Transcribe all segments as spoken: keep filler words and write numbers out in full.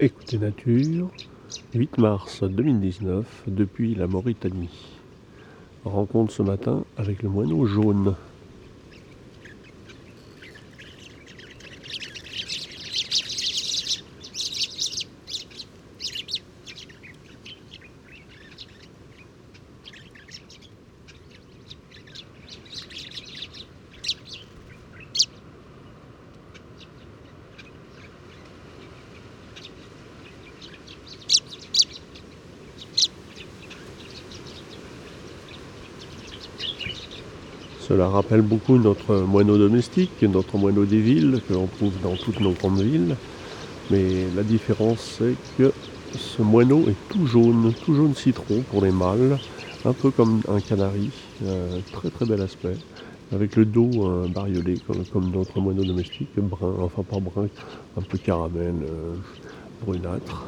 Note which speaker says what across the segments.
Speaker 1: Écoutez Nature, huit mars deux mille dix-neuf, depuis la Mauritanie. Rencontre ce matin avec le moineau jaune. Cela rappelle beaucoup notre moineau domestique, notre moineau des villes, que l'on trouve dans toutes nos grandes villes. Mais la différence, c'est que ce moineau est tout jaune, tout jaune citron pour les mâles, un peu comme un canari, euh, très très bel aspect, avec le dos euh, bariolé comme, comme notre moineau domestique, brun, enfin pas brun, un peu caramel, euh, brunâtre.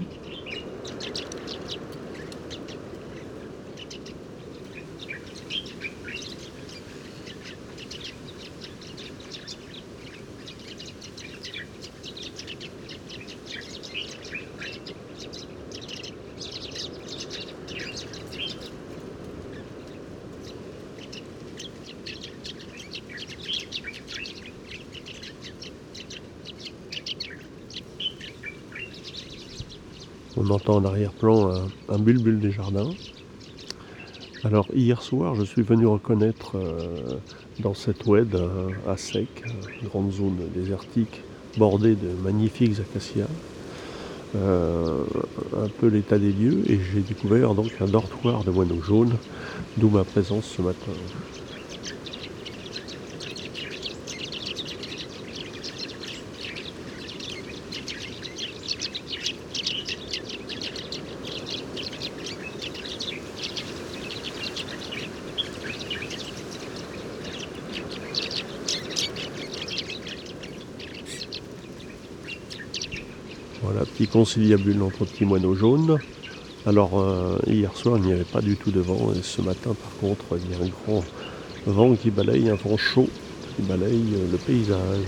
Speaker 1: On entend en arrière-plan un, un bulbule des jardins. Alors hier soir, je suis venu reconnaître euh, dans cette oued euh, à sec, une grande zone désertique bordée de magnifiques acacias, euh, un peu l'état des lieux, et j'ai découvert donc un dortoir de moineaux jaunes, d'où ma présence ce matin. Voilà, petit conciliabule entre petits moineaux jaunes. Alors euh, hier soir, il n'y avait pas du tout de vent, et ce matin par contre, il y a un grand vent qui balaye, un vent chaud qui balaye le paysage.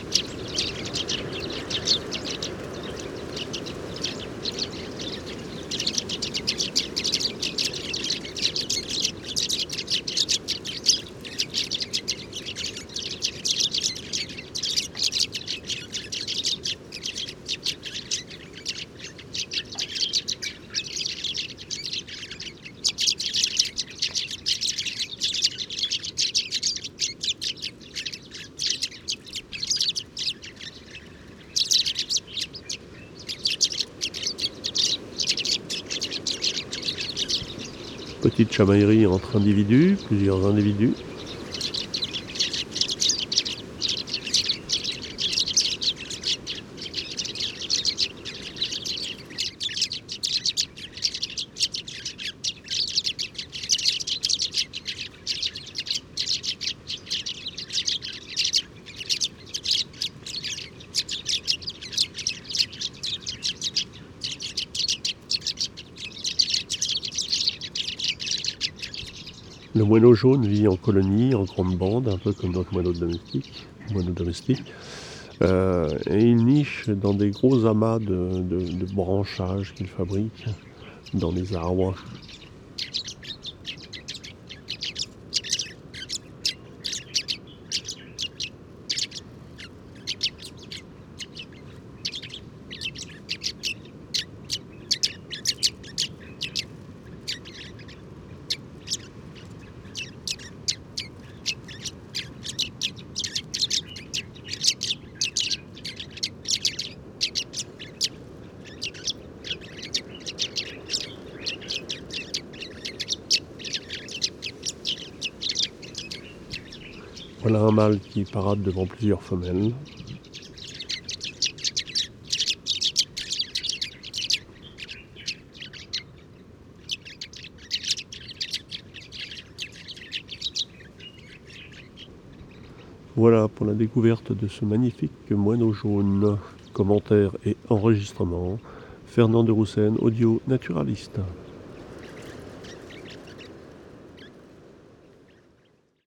Speaker 1: Petite chamaillerie entre individus, plusieurs individus. Le moineau jaune vit en colonie, en grande bande, un peu comme notre moineau domestique. Moineau domestique. Euh, et il niche dans des gros amas de, de, de branchages qu'il fabrique dans les arbres. Voilà un mâle qui parade devant plusieurs femelles. Voilà pour la découverte de ce magnifique moineau jaune. Commentaires et enregistrements, Fernand de Roussen, audio naturaliste.